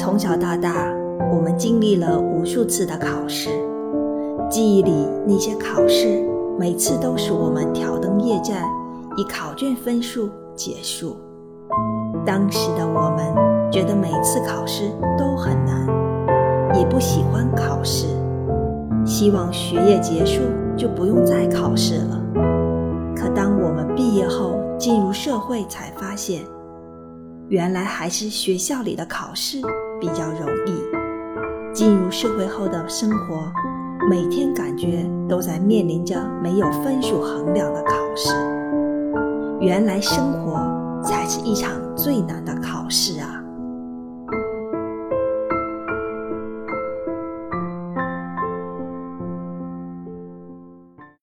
从小到大，我们经历了无数次的考试，记忆里那些考试每次都是我们挑灯夜战，以考卷分数结束。当时的我们觉得每次考试都很难，也不喜欢考试，希望学业结束就不用再考试了。可当我们毕业后进入社会，才发现原来还是学校里的考试比较容易。进入社会后的生活，每天感觉都在面临着没有分数衡量的考试。原来生活才是一场最难的考试啊！